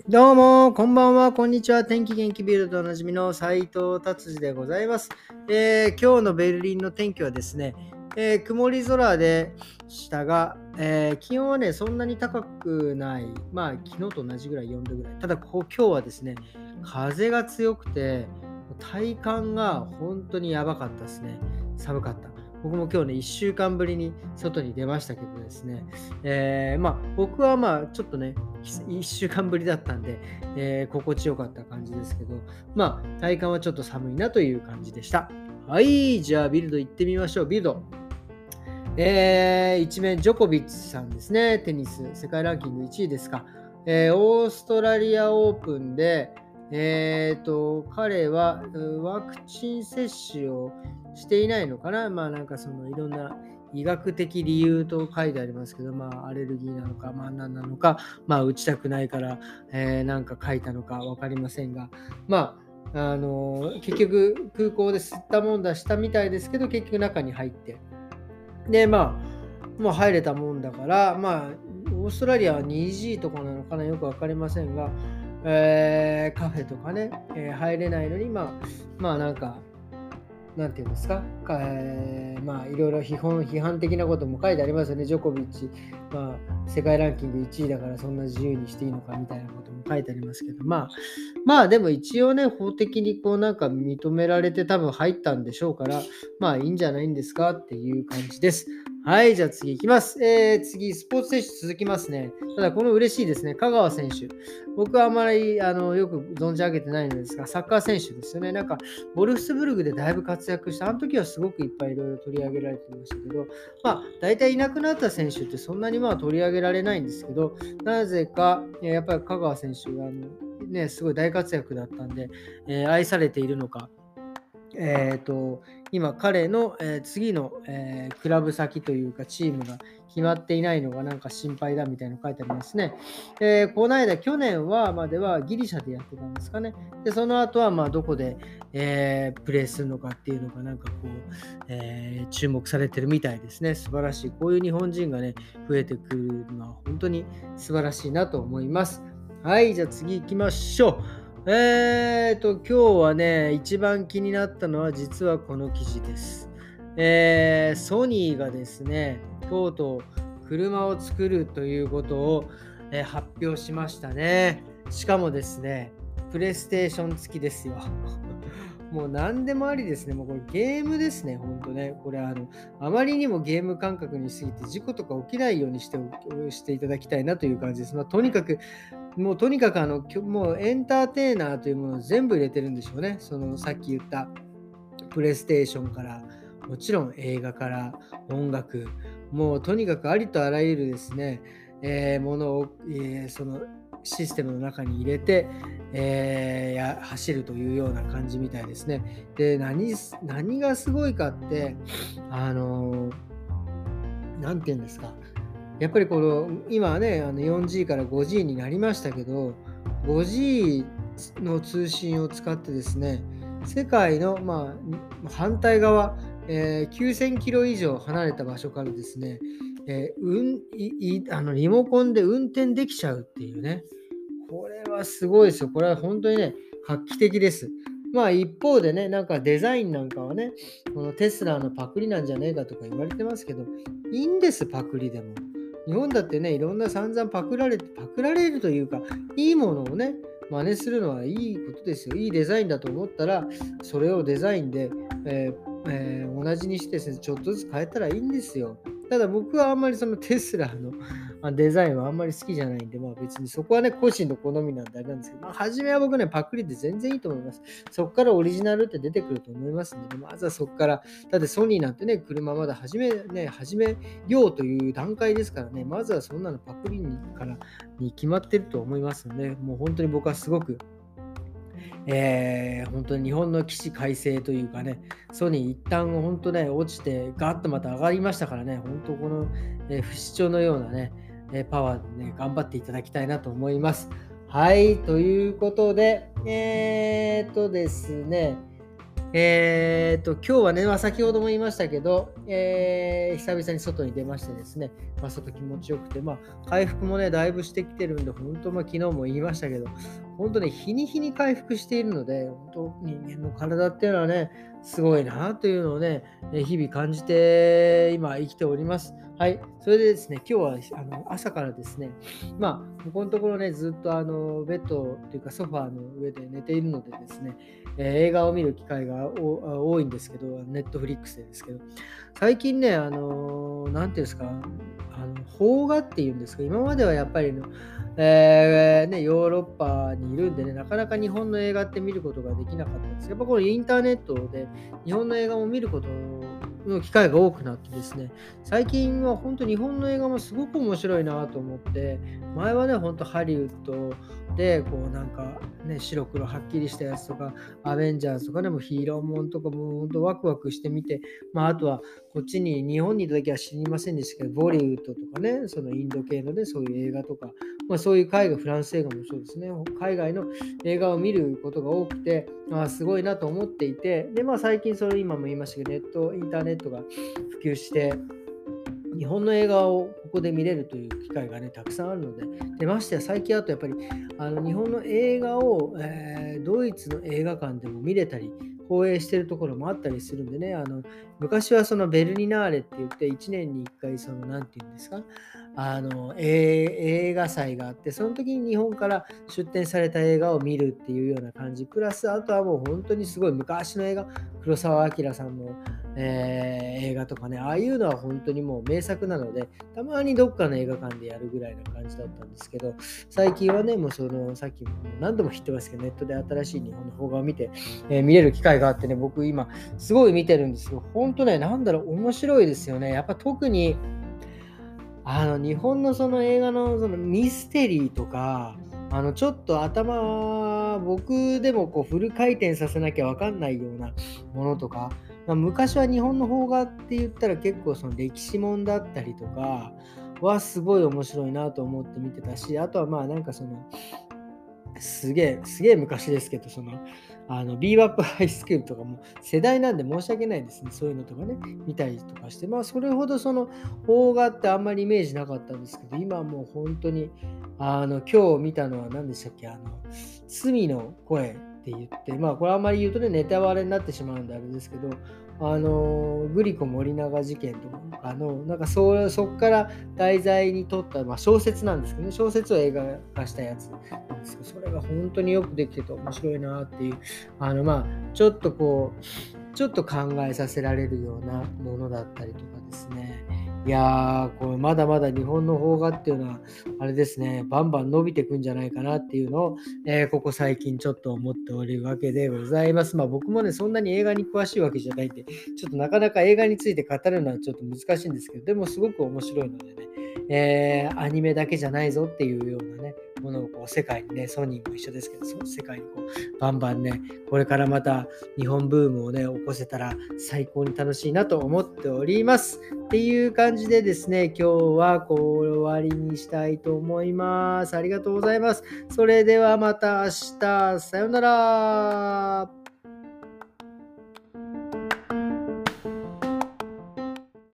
どうも、こんばんは、こんにちは。天気元気ビルドでおなじみの斉藤達治でございます。今日のベルリンの天気はですね、曇り空でしたが、気温はね、そんなに高くない。まあ、昨日と同じぐらい、4度ぐらい。ただ、今日はですね、風が強くて、体感が本当にやばかったですね。寒かった。僕も今日ね、1週間ぶりに外に出ましたけどですね、僕はちょっとね、1週間ぶりだったんで、心地よかった感じですけど、体感はちょっと寒いなという感じでした。はい、じゃあビルド行ってみましょう。ビルド。一面ジョコビッチさんですね。テニス世界ランキング1位ですか。オーストラリアオープンで、彼はワクチン接種をしていないのかな。なんかそのいろんな医学的理由と書いてありますけど、アレルギーなのか、何なのか、打ちたくないから、なんか書いたのか分かりませんが、結局空港で吸ったもんだしたみたいですけど、結局中に入って、で、もう入れたもんだから、オーストラリアは 2G とかなのかな、よく分かりませんが、カフェとかね、入れないのに、なんか、なんていうんですか、いろいろ批判的なことも書いてありますよね。ジョコビッチ、世界ランキング1位だからそんな自由にしていいのかみたいなことも書いてありますけど、でも一応ね、法的にこうなんか認められて多分入ったんでしょうから、いいんじゃないんですかっていう感じです。はい、じゃあ次いきます。次、スポーツ選手続きますね。ただ、この嬉しいですね、香川選手。僕はあまりよく存じ上げてないのですが、サッカー選手ですよね。なんか、ボルフスブルグでだいぶ活躍した、あの時はすごくいっぱいいろいろ取り上げられてましたけど、大体いなくなった選手ってそんなに取り上げられないんですけど、なぜか、やっぱり香川選手がすごい大活躍だったんで、愛されているのか、今彼の、次の、クラブ先というかチームが決まっていないのがなんか心配だみたいなの書いてありますね。この間去年まではギリシャでやってたんですかね。でその後はどこで、プレーするのかっていうのがなんかこう、注目されてるみたいですね。素晴らしい。こういう日本人がね増えてくるのは本当に素晴らしいなと思います。はい、じゃあ次行きましょう。今日はね、一番気になったのは実はこの記事です。ソニーがですね、とうとう車を作るということを、発表しましたね。しかもですね、プレイステーション付きですよ。もう何でもありですね。もうこれゲームですね、ほんとね。これあまりにもゲーム感覚にしすぎて事故とか起きないようにしていただきたいなという感じです。とにかくもうエンターテイナーというものを全部入れてるんでしょうね。そのさっき言ったプレイステーションから、もちろん映画から音楽、もうとにかくありとあらゆるですね、ものを、そのシステムの中に入れて、走るというような感じみたいですね。で、何がすごいかって、あの、なんて言うんですか、やっぱりこの今はね、4G から 5G になりましたけど、5G の通信を使ってですね、世界の、反対側、9000キロ以上離れた場所からですね、リモコンで運転できちゃうっていうね。これはすごいですよ。これは本当にね、画期的です。一方でね、なんかデザインなんかはね、このテスラのパクリなんじゃねえかとか言われてますけど、いいんです、パクリでも。日本だってね、いろんな散々パクられるというか、いいものをね、真似するのはいいことですよ。いいデザインだと思ったら、それをデザインで、同じにしてですね、ちょっとずつ変えたらいいんですよ。ただ僕はあんまりそのテスラのデザインはあんまり好きじゃないんで、別にそこはね、個人の好みなんであれなんですけど、初めは僕ね、パクリで全然いいと思います。そこからオリジナルって出てくると思いますんで、まずはそこから、だってソニーなんてね、車まだ始めようという段階ですからね、まずはそんなのパクリに決まってると思いますので、もう本当に僕はすごく本当に日本の起死回生というかね、ソニー一旦本当ね、落ちてガッとまた上がりましたからね、本当この、不死鳥のようなね、パワーでね、頑張っていただきたいなと思います。はい、ということで、ですね、 今日はね、先ほども言いましたけど、久々に外に出ましてですね、外気持ちよくて、回復もね、だいぶしてきてるんで、本当、昨日も言いましたけど、本当ね、日に日に回復しているので、本当、人間の体っていうのはね、すごいなというのをね、日々感じて、今生きております。はい。それでですね、今日は朝からですね、ここのところね、ずっとベッドというかソファーの上で寝ているのでですね、映画を見る機会が多いんですけど、ネットフリックスでですけど、最近ね、なんていうんですか、邦画っていうんですか、今まではやっぱりヨーロッパにいるんでね、なかなか日本の映画って見ることができなかったんです。やっぱこのインターネットで日本の映画も見ることの機会が多くなってですね、最近は本当日本の映画もすごく面白いなと思って、前はね、本当ハリウッドで、こうなんかね、白黒はっきりしたやつとか、アベンジャーズとかでもヒーローもんとかも本当ワクワクしてみて、あとはこっちに日本にいた時は知りませんでしたけど、ボリウッドとかね、そのインド系のね、そういう映画とか、そういう海外、フランス映画もそうですね、海外の映画を見ることが多くて、すごいなと思っていて、で、最近それ今も言いましたけど、インターネットが普及して、日本の映画をここで見れるという機会がね、たくさんあるので、ましてや最近だとやっぱり日本の映画を、ドイツの映画館でも見れたり、放映してるところもあったりするんでね、昔はそのベルリナーレって言って1年に1回そのなんて言うんですか、映画祭があって、その時に日本から出展された映画を見るっていうような感じ、プラスあとはもう本当にすごい昔の映画、黒澤明さんの映画とかね、ああいうのは本当にもう名作なので、たまにどっかの映画館でやるぐらいな感じだったんですけど、最近はね、もうさっきも何度も言ってますけど、ネットで新しい日本の邦画を見て、見れる機会があってね、僕今すごい見てるんですよ。本当ね、面白いですよね。やっぱ特に日本のその映画のそのミステリーとか、ちょっと僕でもこうフル回転させなきゃわかんないようなものとか、昔は日本の邦画って言ったら結構その歴史もんだったりとかはすごい面白いなと思って見てたし、あとはなんかそのすげえ昔ですけど、ビーバップハイスクールとかも世代なんで申し訳ないですね。そういうのとかね、見たりとかして、それほどその邦画ってあんまりイメージなかったんですけど、今はもう本当に、今日見たのは何でしたっけ、罪の声って言って、これあんまり言うとね、ネタバレになってしまうんであれですけど、グリコ森永事件とかの、なんかそっから題材に取った、小説なんですけどね、小説を映画化したやつなんですけど、それが本当によくできてて面白いなっていう、ちょっとちょっと考えさせられるようなものだったりとかですね。いやー、これまだまだ日本の邦画っていうのは、あれですね、バンバン伸びていくんじゃないかなっていうのを、ここ最近ちょっと思っておるわけでございます。僕もね、そんなに映画に詳しいわけじゃないんで、ちょっとなかなか映画について語るのはちょっと難しいんですけど、でもすごく面白いのでね、アニメだけじゃないぞっていうようなね、ものをこう世界にね、ソニーも一緒ですけど、その世界にこうバンバンね、これからまた日本ブームをね、起こせたら最高に楽しいなと思っております。っていう感じでですね、今日はこう終わりにしたいと思います。ありがとうございます。それではまた明日、さようなら。